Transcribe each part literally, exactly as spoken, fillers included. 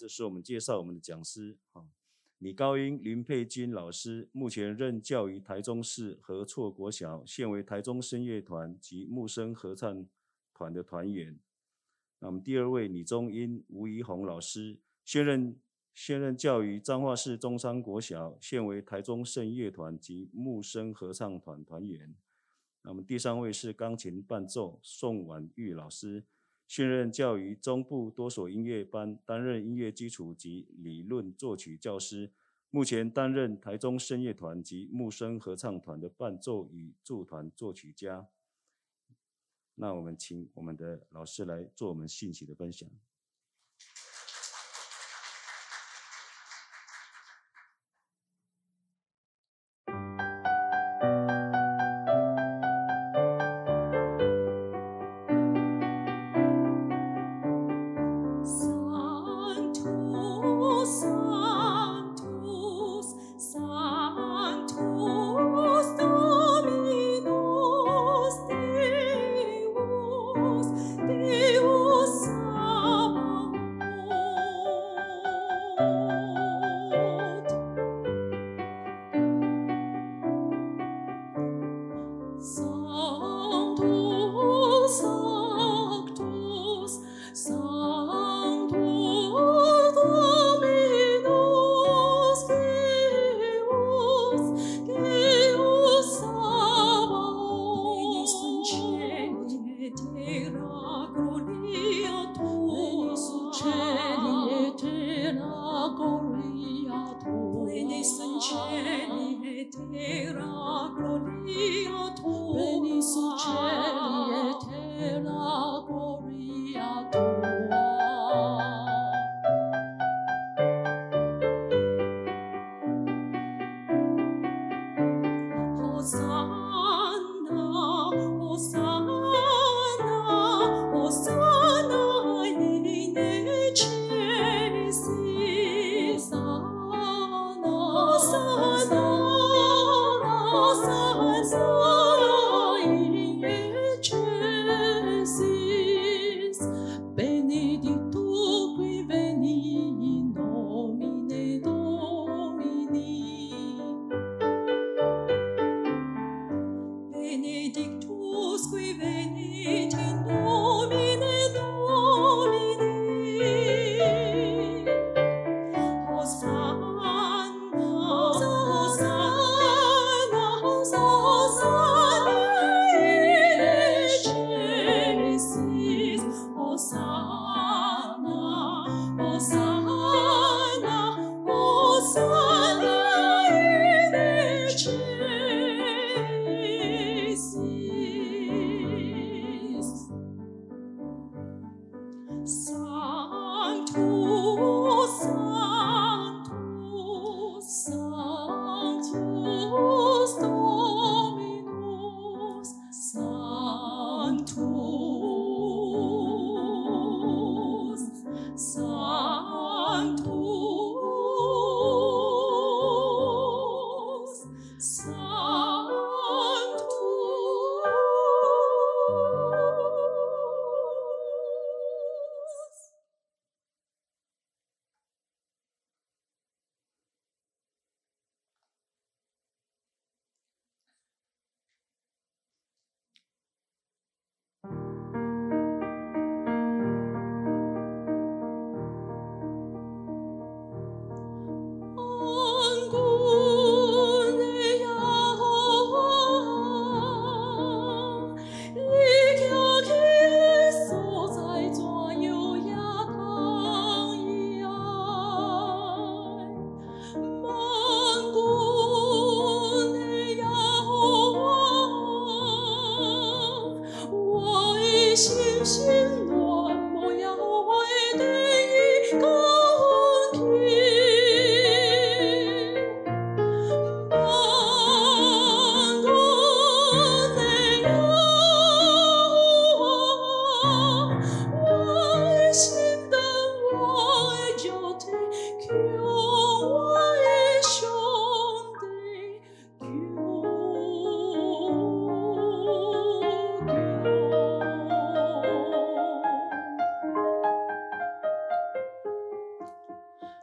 这是我们介绍我们的讲师啊，李高英、林佩君老师，目前任教于台中市和措国小，现为台中声乐团及木声合唱团的团员。那么第二位李宗英、吴怡红老师，现任现任教于彰化市中山国小，现为台中圣乐团及木声合唱团团员。那么第三位是钢琴伴奏宋婉玉老师，现任教于中部多所音乐班，担任音乐基础及理论作曲教师，目前担任台中声乐团及木声合唱团的伴奏与驻团作曲家。那我们请我们的老师来做我们信息的分享。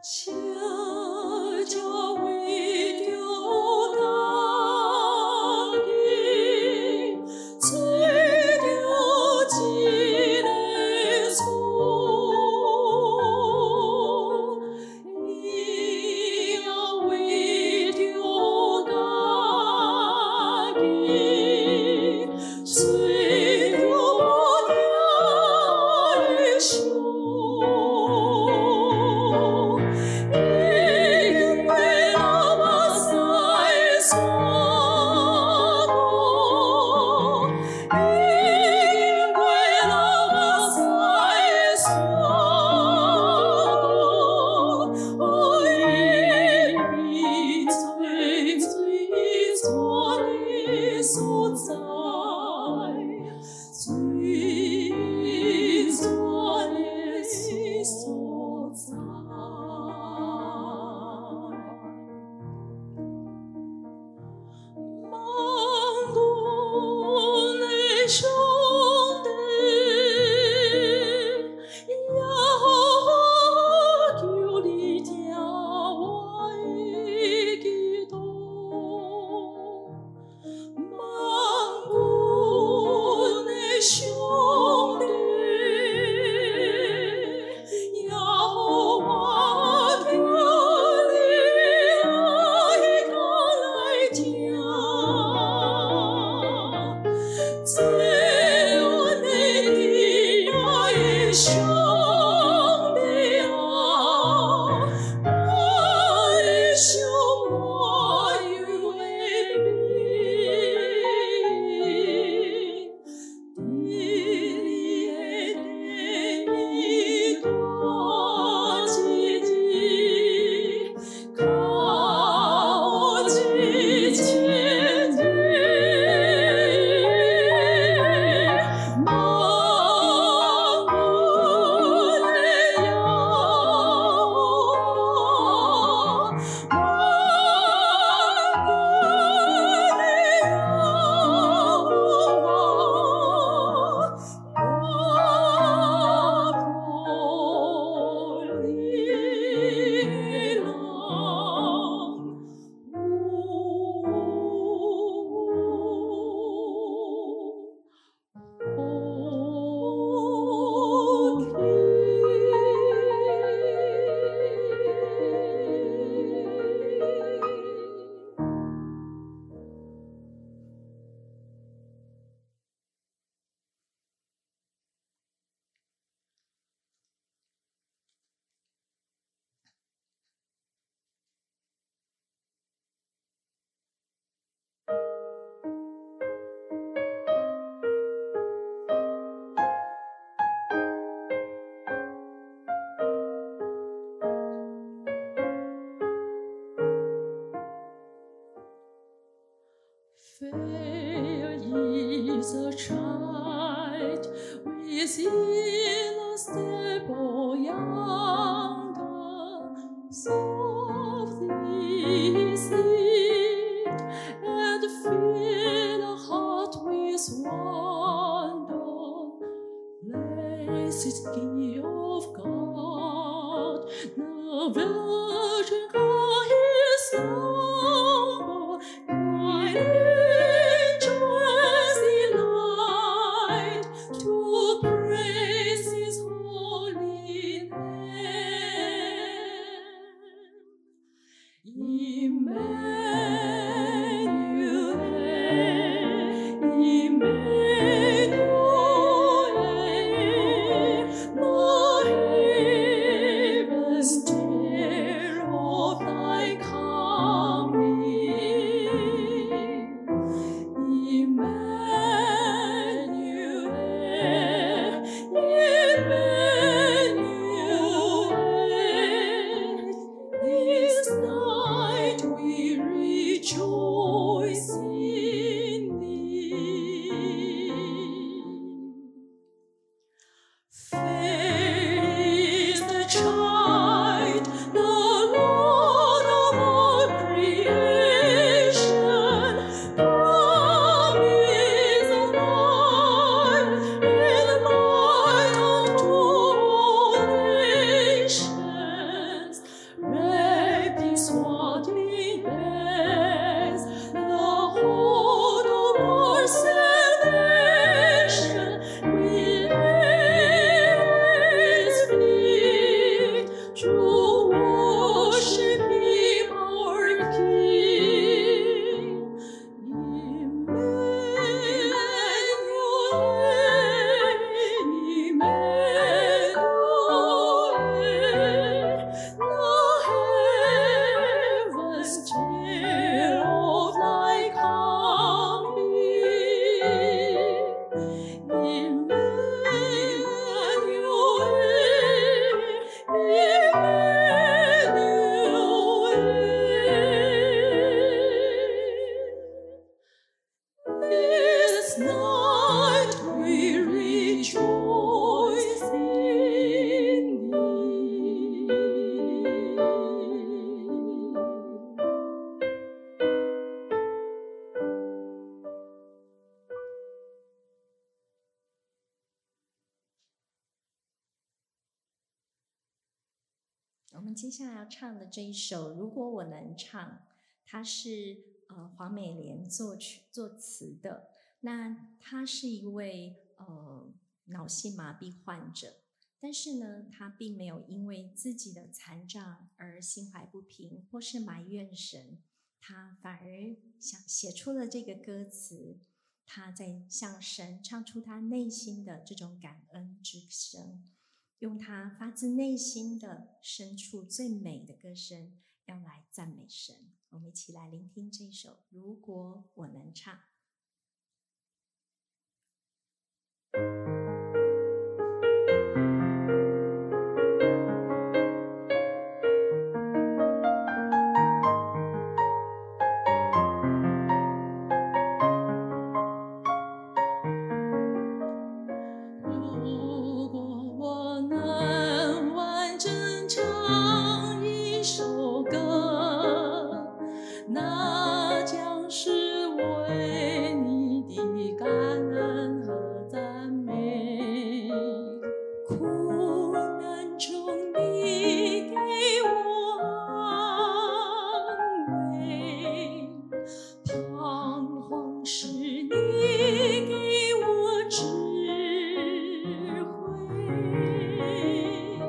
Fair is a child within a stable younger, softly sit and fill a heart with wonder. Blessed gift of God, the Virgin God His Son, guiding to praise His holy name. Emmanuel, Emmanuel, the heavens tell of 我们接下来要唱的这一首《如果我能唱》，它是呃黄美莲作曲作词的。那她是一位呃脑性麻痹患者，但是呢，她并没有因为自己的残障而心怀不平或是埋怨神，她反而想写出了这个歌词。她在向神唱出她内心的这种感恩之声，用她发自内心的深处最美的歌声，要来赞美神。我们一起来聆听这首《如果我能唱》。 如果我能完整唱一首歌，那将是为你的感恩和赞美。苦难中你给我安慰，彷徨时你给我智慧。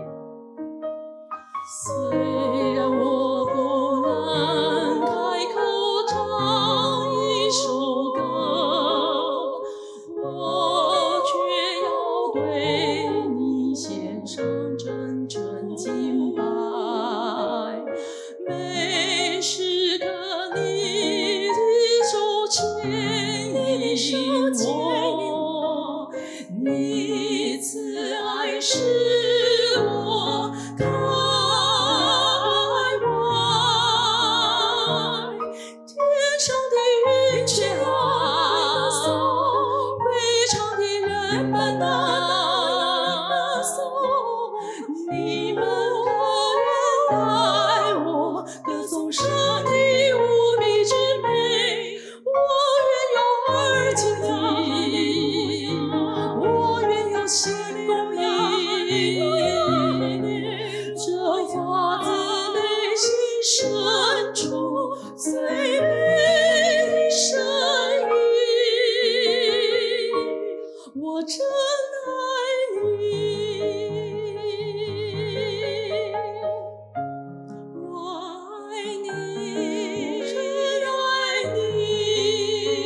虽然我不能开口唱一首歌，我却要对你献上真诚敬拜。每时刻你的手牵引我，你慈爱使我开怀，天上的云雀啊，会场的人们啊，你们可愿带我歌颂神的无比之美？我愿有耳倾听，我愿有心供应，这发自内心深处最美的声音，我真爱你，我爱你，真爱你。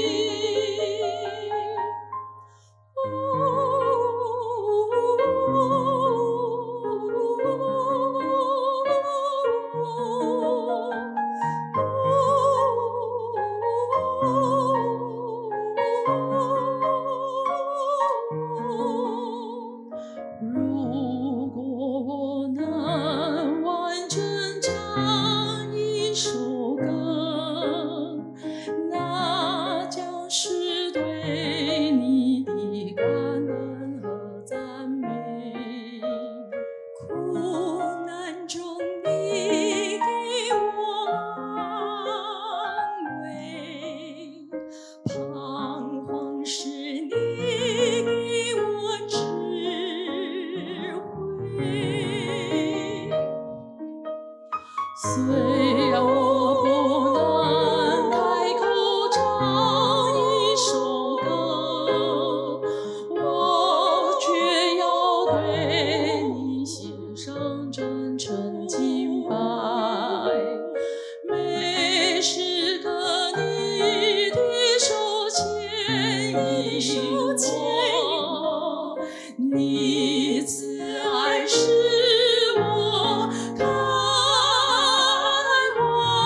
如果我能完整唱一首歌，那将是对你的感恩和赞美。苦难中你给我安慰，彷徨时你给我智慧。虽然我不能开口唱一首歌，我却要对你献上真诚敬拜。每时刻你的手牵引我，你慈爱使我开怀，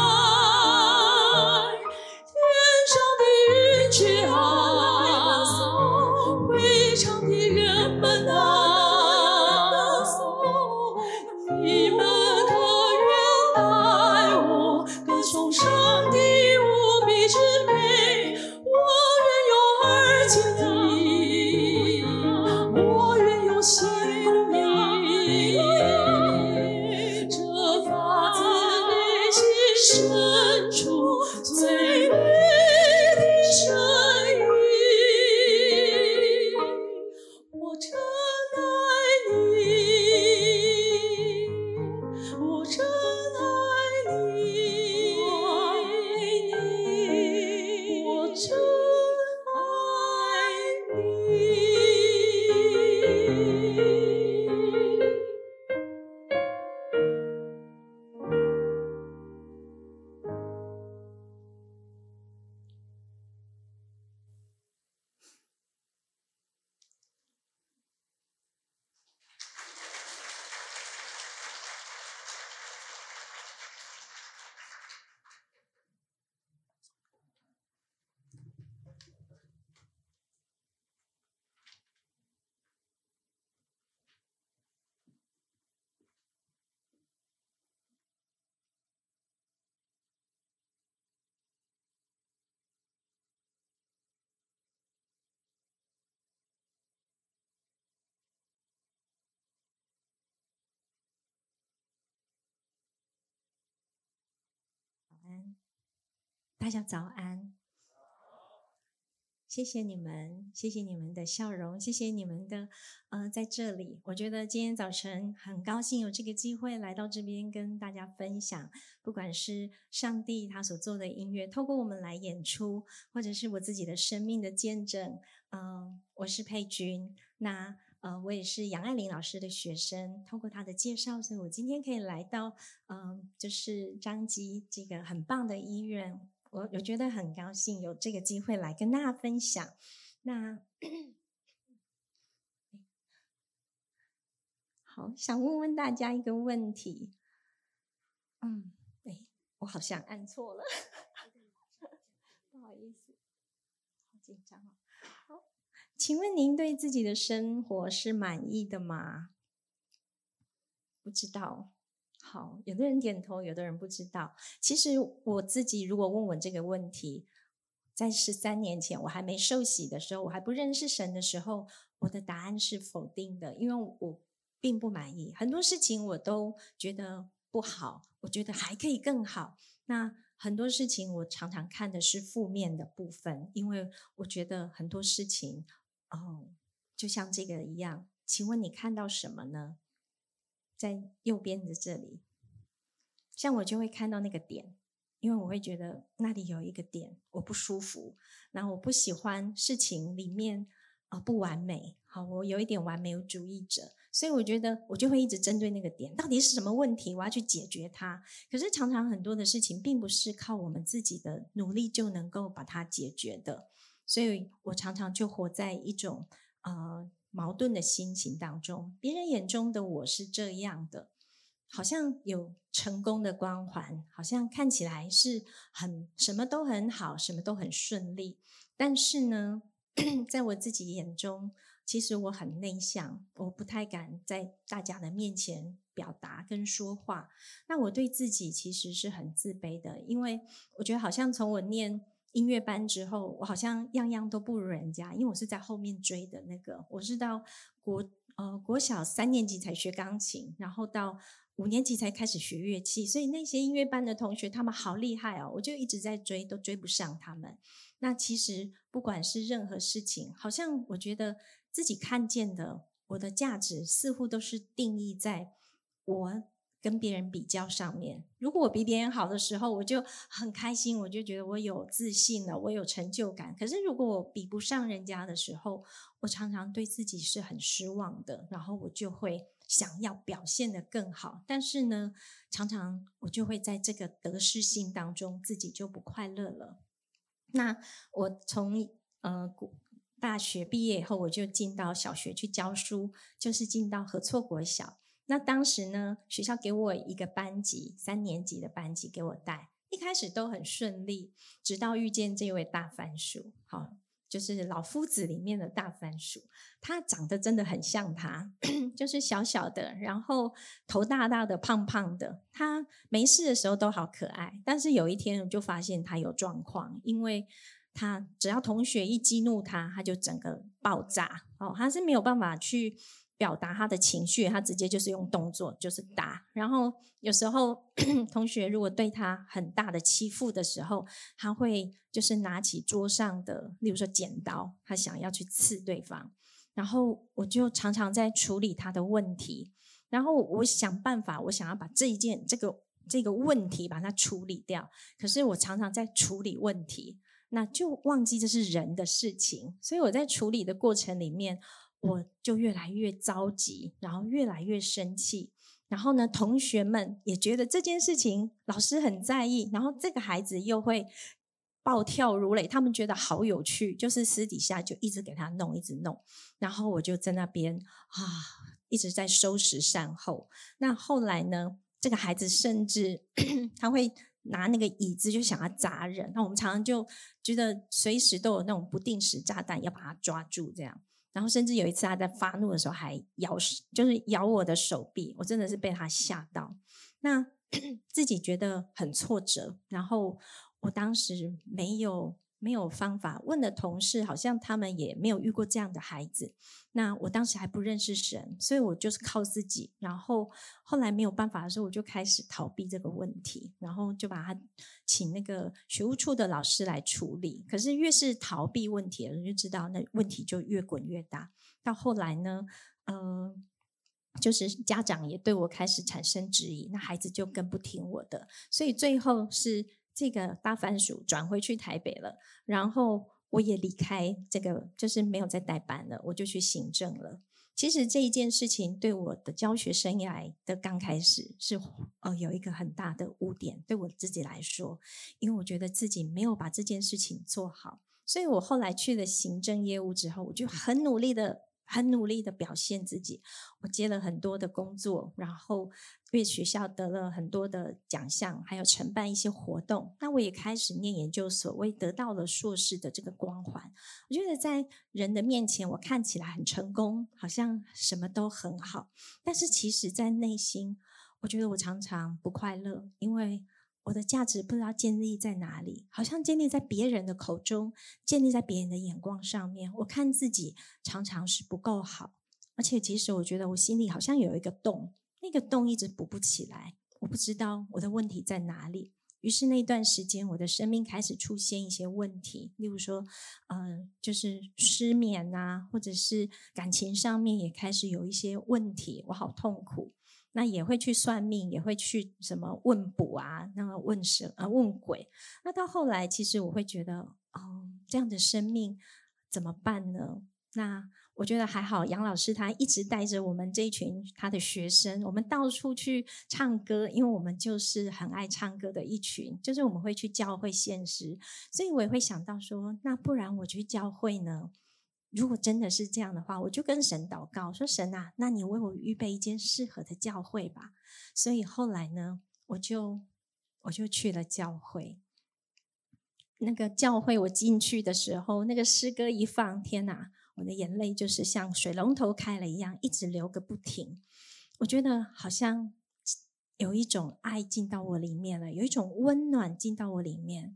天上的云雀啊，会场的人们啊，你们可愿大家早安。谢谢你们，谢谢你们的笑容，谢谢你们的呃在这里。我觉得今天早晨很高兴有这个机会来到这边跟大家分享，不管是上帝他所做的音乐，透过我们来演出，或者是我自己的生命的见证。嗯、呃，我是佩君，那呃我也是杨爱玲老师的学生，透过她的介绍，所以我今天可以来到嗯、呃、就是彰基这个很棒的医院。我我觉得很高兴有这个机会来跟大家分享。那好，想问问大家一个问题。嗯，哎，我好像按错了，不好意思，好紧张哦。好，请问您对自己的生活是满意的吗？不知道。好，有的人点头，有的人不知道。其实我自己如果问我这个问题，在十三年前我还没受洗的时候，我还不认识神的时候，我的答案是否定的，因为我并不满意，很多事情我都觉得不好，我觉得还可以更好。那很多事情我常常看的是负面的部分，因为我觉得很多事情，哦，就像这个一样。请问你看到什么呢？在右边的这里，像我就会看到那个点，因为我会觉得那里有一个点，我不舒服，然后我不喜欢事情里面呃不完美，好，我有一点完美主义者，所以我觉得我就会一直针对那个点，到底是什么问题，我要去解决它。可是常常很多的事情并不是靠我们自己的努力就能够把它解决的，所以我常常就活在一种呃矛盾的心情当中，别人眼中的我是这样的，好像有成功的光环，好像看起来是很什么都很好，什么都很顺利，但是呢在我自己眼中，其实我很内向，我不太敢在大家的面前表达跟说话。那我对自己其实是很自卑的，因为我觉得好像从我念音乐班之后，我好像样样都不如人家，因为我是在后面追的那个，我是到国呃国小三年级才学钢琴，然后到五年级才开始学乐器，所以那些音乐班的同学他们好厉害哦，我就一直在追，都追不上他们。那其实不管是任何事情，好像我觉得自己看见的我的价值似乎都是定义在我跟别人比较上面。如果我比别人好的时候，我就很开心，我就觉得我有自信了，我有成就感。可是如果我比不上人家的时候，我常常对自己是很失望的，然后我就会想要表现得更好，但是呢，常常我就会在这个得失心当中，自己就不快乐了。那我从呃大学毕业以后，我就进到小学去教书，就是进到合作国小。那当时呢，学校给我一个班级，三年级的班级给我带，一开始都很顺利，直到遇见这位大番薯，好，就是老夫子里面的大番薯，他长得真的很像他，就是小小的，然后头大大的，胖胖的。他没事的时候都好可爱，但是有一天我就发现他有状况，因为他只要同学一激怒他，他就整个爆炸哦，他是没有办法去表达他的情绪，他直接就是用动作，就是打。然后有时候同学如果对他很大的欺负的时候，他会就是拿起桌上的，例如说剪刀，他想要去刺对方。然后我就常常在处理他的问题，然后我想办法，我想要把这一件这个这个问题把它处理掉。可是我常常在处理问题，那就忘记这是人的事情，所以我在处理的过程里面，我就越来越着急，然后越来越生气。然后呢，同学们也觉得这件事情老师很在意，然后这个孩子又会暴跳如雷，他们觉得好有趣，就是私底下就一直给他弄，一直弄。然后我就在那边啊，一直在收拾善后。那后来呢，这个孩子甚至他会拿那个椅子就想要砸人，那我们常常就觉得随时都有那种不定时炸弹要把他抓住这样。然后甚至有一次他在发怒的时候还咬，就是咬我的手臂，我真的是被他吓到。那自己觉得很挫折，然后我当时没有没有方法，问的同事好像他们也没有遇过这样的孩子。那我当时还不认识神，所以我就是靠自己。然后后来没有办法的时候，我就开始逃避这个问题，然后就把他请那个学务处的老师来处理。可是越是逃避问题，人就知道那问题就越滚越大。到后来呢，呃。就是家长也对我开始产生质疑，那孩子就更不听我的，所以最后是这个大番薯转回去台北了，然后我也离开这个，就是没有再带班了，我就去行政了。其实这一件事情对我的教学生涯的刚开始是呃有一个很大的污点，对我自己来说，因为我觉得自己没有把这件事情做好，所以我后来去了行政业务之后，我就很努力的。很努力的表现自己，我接了很多的工作，然后为学校得了很多的奖项，还有承办一些活动。那我也开始念研究所，我也得到了硕士的这个光环。我觉得在人的面前，我看起来很成功，好像什么都很好，但是其实在内心，我觉得我常常不快乐，因为我的价值不知道建立在哪里，好像建立在别人的口中，建立在别人的眼光上面。我看自己常常是不够好，而且其实我觉得我心里好像有一个洞，那个洞一直补不起来，我不知道我的问题在哪里。于是那段时间，我的生命开始出现一些问题，例如说，呃，就是失眠啊，或者是感情上面也开始有一些问题，我好痛苦。那也会去算命，也会去什么问卜啊，那个问神啊，问鬼。那到后来，其实我会觉得，哦，这样的生命怎么办呢？那我觉得还好，杨老师他一直带着我们这一群他的学生，我们到处去唱歌，因为我们就是很爱唱歌的一群，就是我们会去教会献诗，所以我也会想到说，那不然我去教会呢？如果真的是这样的话，我就跟神祷告说：“神啊，那你为我预备一间适合的教会吧。”所以后来呢，我就我就去了教会。那个教会我进去的时候，那个诗歌一放，天哪，我的眼泪就是像水龙头开了一样，一直流个不停。我觉得好像有一种爱进到我里面了，有一种温暖进到我里面。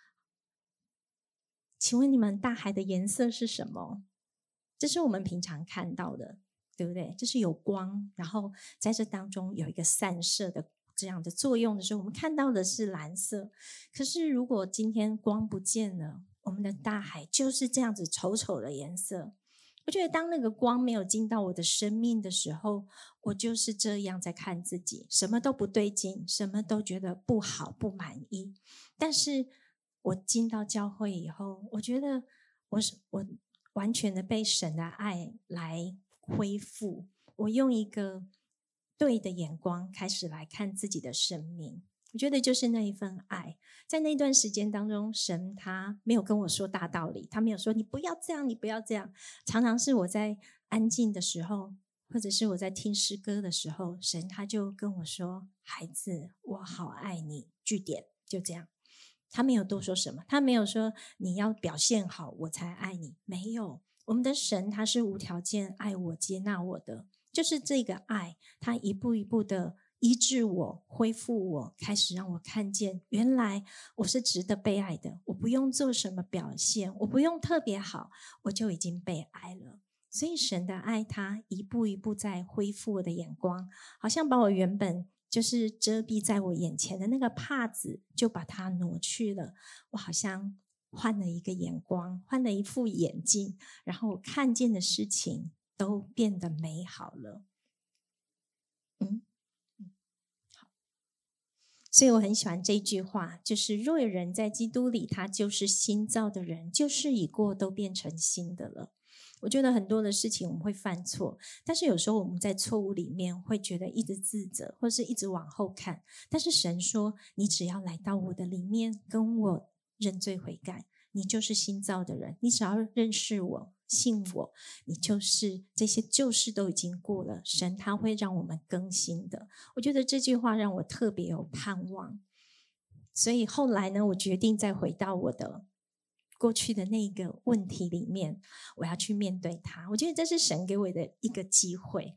请问你们大海的颜色是什么？这是我们平常看到的，对不对？就是有光，然后在这当中有一个散射的这样的作用的时候，我们看到的是蓝色。可是如果今天光不见了，我们的大海就是这样子丑丑的颜色。我觉得当那个光没有进到我的生命的时候，我就是这样在看自己，什么都不对劲，什么都觉得不好不满意。但是我进到教会以后，我觉得我是我完全的被神的爱来恢复，我用一个对的眼光开始来看自己的生命。我觉得就是那一份爱，在那段时间当中，神他没有跟我说大道理，他没有说你不要这样，你不要这样。常常是我在安静的时候，或者是我在听诗歌的时候，神他就跟我说：“孩子，我好爱你。”句点，就这样。他没有多说什么，他没有说你要表现好我才爱你，没有。我们的神他是无条件爱我、接纳我的，就是这个爱，他一步一步的医治我、恢复我，开始让我看见，原来我是值得被爱的，我不用做什么表现，我不用特别好，我就已经被爱了。所以神的爱，他一步一步在恢复我的眼光，好像把我原本就是遮蔽在我眼前的那个帕子，就把它挪去了。我好像换了一个眼光，换了一副眼镜，然后我看见的事情都变得美好了。嗯，好。所以我很喜欢这句话，就是若有人在基督里，他就是新造的人，旧事已过，都变成新的了。我觉得很多的事情我们会犯错，但是有时候我们在错误里面会觉得一直自责，或是一直往后看。但是神说，你只要来到我的里面，跟我认罪悔改，你就是新造的人。你只要认识我，信我，你就是这些旧事都已经过了。神他会让我们更新的。我觉得这句话让我特别有盼望。所以后来呢，我决定再回到我的过去的那个问题里面，我要去面对它。我觉得这是神给我的一个机会。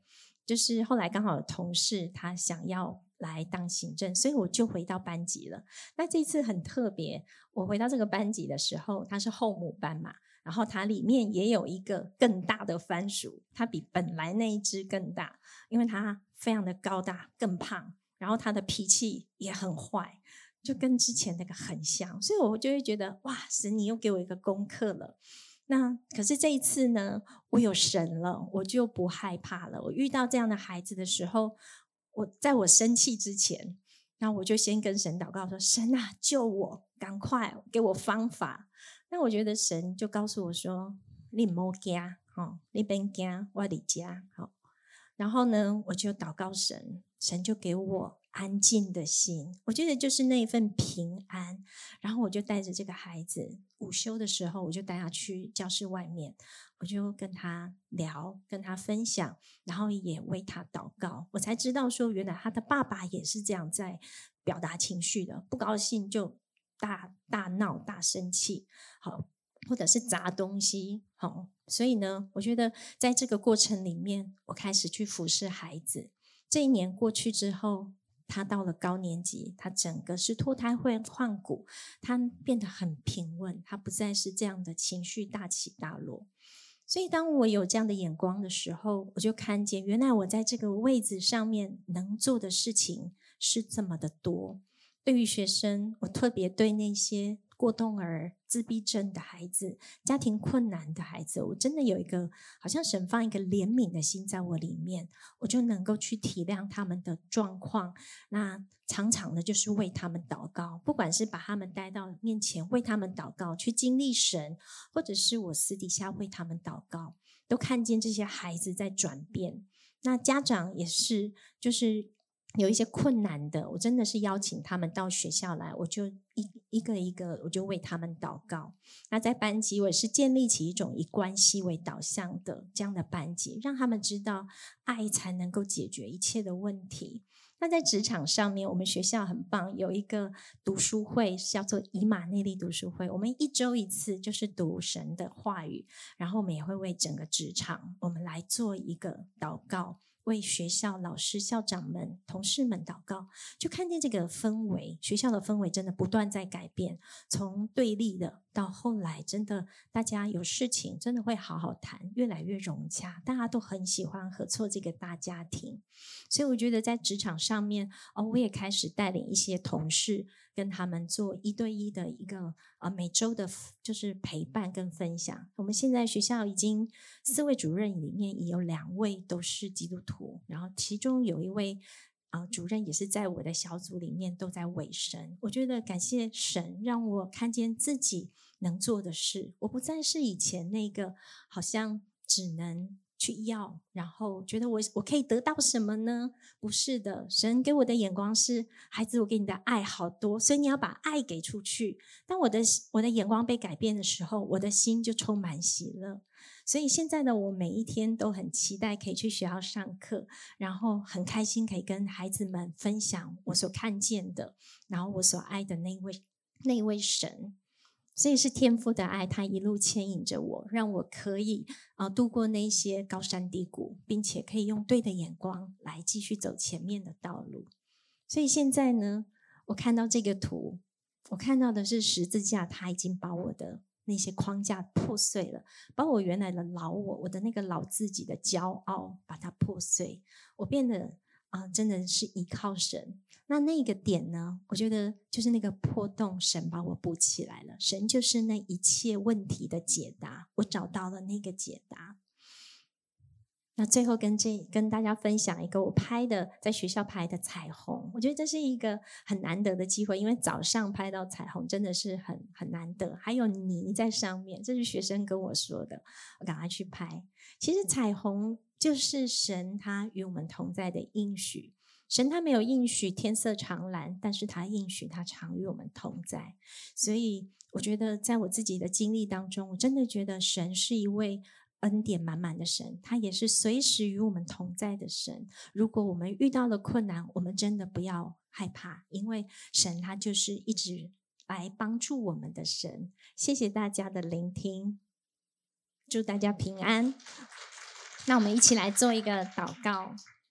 就是后来刚好有同事他想要来当行政，所以我就回到班级了。那这次很特别，我回到这个班级的时候，它是后母班嘛，然后它里面也有一个更大的番薯，它比本来那一只更大，因为它非常的高大更胖，然后它的脾气也很坏，就跟之前那个很像，所以我就会觉得哇，神你又给我一个功课了。那可是这一次呢，我有神了，我就不害怕了。我遇到这样的孩子的时候，我在我生气之前，那我就先跟神祷告说：神啊，救我，赶快给我方法。那我觉得神就告诉我说：你不要怕，哦，你别怕，我在这。好，然后呢，我就祷告神，神就给我安静的心，我觉得就是那一份平安。然后我就带着这个孩子，午休的时候我就带他去教室外面，我就跟他聊，跟他分享，然后也为他祷告。我才知道说，原来他的爸爸也是这样在表达情绪的，不高兴就大大闹大生气，好，或者是砸东西，好。所以呢，我觉得在这个过程里面，我开始去服侍孩子。这一年过去之后，他到了高年级，他整个是脱胎换骨，他变得很平稳，他不再是这样的情绪大起大落。所以当我有这样的眼光的时候，我就看见原来我在这个位置上面能做的事情是这么的多。对于学生，我特别对那些过动儿、自闭症的孩子、家庭困难的孩子，我真的有一个好像神放一个怜悯的心在我里面，我就能够去体谅他们的状况。那常常的就是为他们祷告，不管是把他们带到面前为他们祷告，去经历神，或者是我私底下为他们祷告，都看见这些孩子在转变。那家长也是，就是有一些困难的，我真的是邀请他们到学校来，我就一一个一个，我就为他们祷告。那在班级，我也是建立起一种以关系为导向的这样的班级，让他们知道爱才能够解决一切的问题。那在职场上面，我们学校很棒，有一个读书会叫做以马内利读书会，我们一周一次，就是读神的话语，然后我们也会为整个职场，我们来做一个祷告，为学校老师、校长们、同事们祷告，就看见这个氛围，学校的氛围真的不断在改变，从对立的到后来真的大家有事情真的会好好谈，越来越融洽，大家都很喜欢合作这个大家庭。所以我觉得在职场上面，哦，我也开始带领一些同事，跟他们做一对一的一个呃每周的就是陪伴跟分享。我们现在学校已经四位主任里面也有两位都是基督徒，然后其中有一位呃主任也是在我的小组里面都在委身。我觉得感谢神让我看见自己能做的事，我不再是以前那个好像只能去要，然后觉得我我可以得到什么呢？不是的，神给我的眼光是，孩子，我给你的爱好多，所以你要把爱给出去。当我的我的眼光被改变的时候，我的心就充满喜乐。所以现在的我每一天都很期待可以去学校上课，然后很开心可以跟孩子们分享我所看见的，然后我所爱的那一位那一位神。所以是天父的爱，他一路牵引着我，让我可以呃度过那些高山低谷，并且可以用对的眼光来继续走前面的道路。所以现在呢，我看到这个图，我看到的是十字架，他已经把我的那些框架破碎了，把我原来的老我，我的那个老自己的骄傲，把它破碎，我变得啊、呃，真的是依靠神。那那个点呢，我觉得就是那个破洞，神把我补起来了。神就是那一切问题的解答，我找到了那个解答。那最后跟这跟大家分享一个我拍的在学校拍的彩虹，我觉得这是一个很难得的机会，因为早上拍到彩虹真的是很很难得，还有泥在上面，这是学生跟我说的，我赶快去拍。其实彩虹就是神他与我们同在的应许，神他没有应许天色常蓝，但是他应许他常与我们同在。所以我觉得在我自己的经历当中，我真的觉得神是一位恩典满满的神，他也是随时与我们同在的神。如果我们遇到了困难，我们真的不要害怕，因为神他就是一直来帮助我们的神。谢谢大家的聆听，祝大家平安。那我们一起来做一个祷告。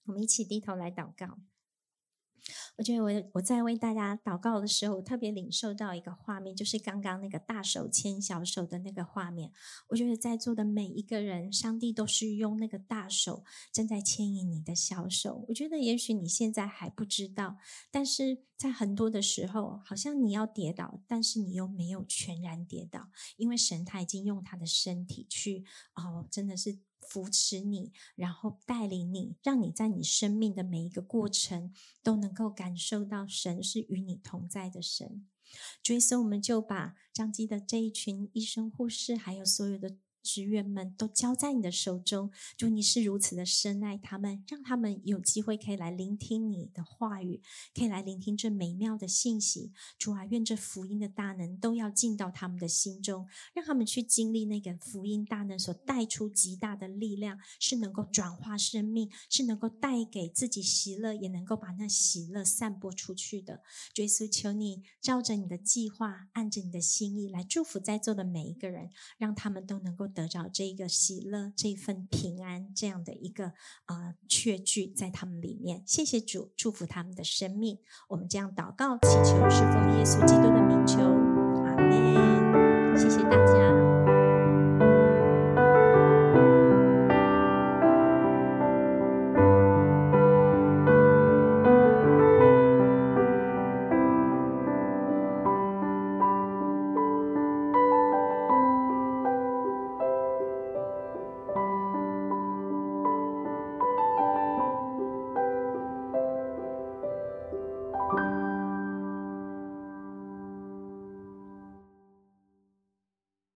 我们一起低头来祷告。我觉得我我在为大家祷告的时候，我特别领受到一个画面，就是刚刚那个大手牵小手的那个画面。我觉得在座的每一个人，上帝都是用那个大手正在牵引你的小手。我觉得也许你现在还不知道，但是在很多的时候，好像你要跌倒，但是你又没有全然跌倒，因为神他已经用他的身体去哦，真的是扶持你，然后带领你，让你在你生命的每一个过程都能够感受到神是与你同在的神。主耶稣，我们就把彰基的这一群医生护士还有所有的职员们都交在你的手中。主，你是如此的深爱他们，让他们有机会可以来聆听你的话语，可以来聆听这美妙的信息。主啊，愿这福音的大能都要进到他们的心中，让他们去经历那个福音大能所带出极大的力量，是能够转化生命，是能够带给自己喜乐，也能够把那喜乐散播出去的。主耶稣，求你照着你的计划，按着你的心意来祝福在座的每一个人，让他们都能够得着这个喜乐，这一份平安，这样的一个呃确据在他们里面。谢谢主，祝福他们的生命。我们这样祷告祈求，是奉耶稣基督的名求，阿们。谢谢大家。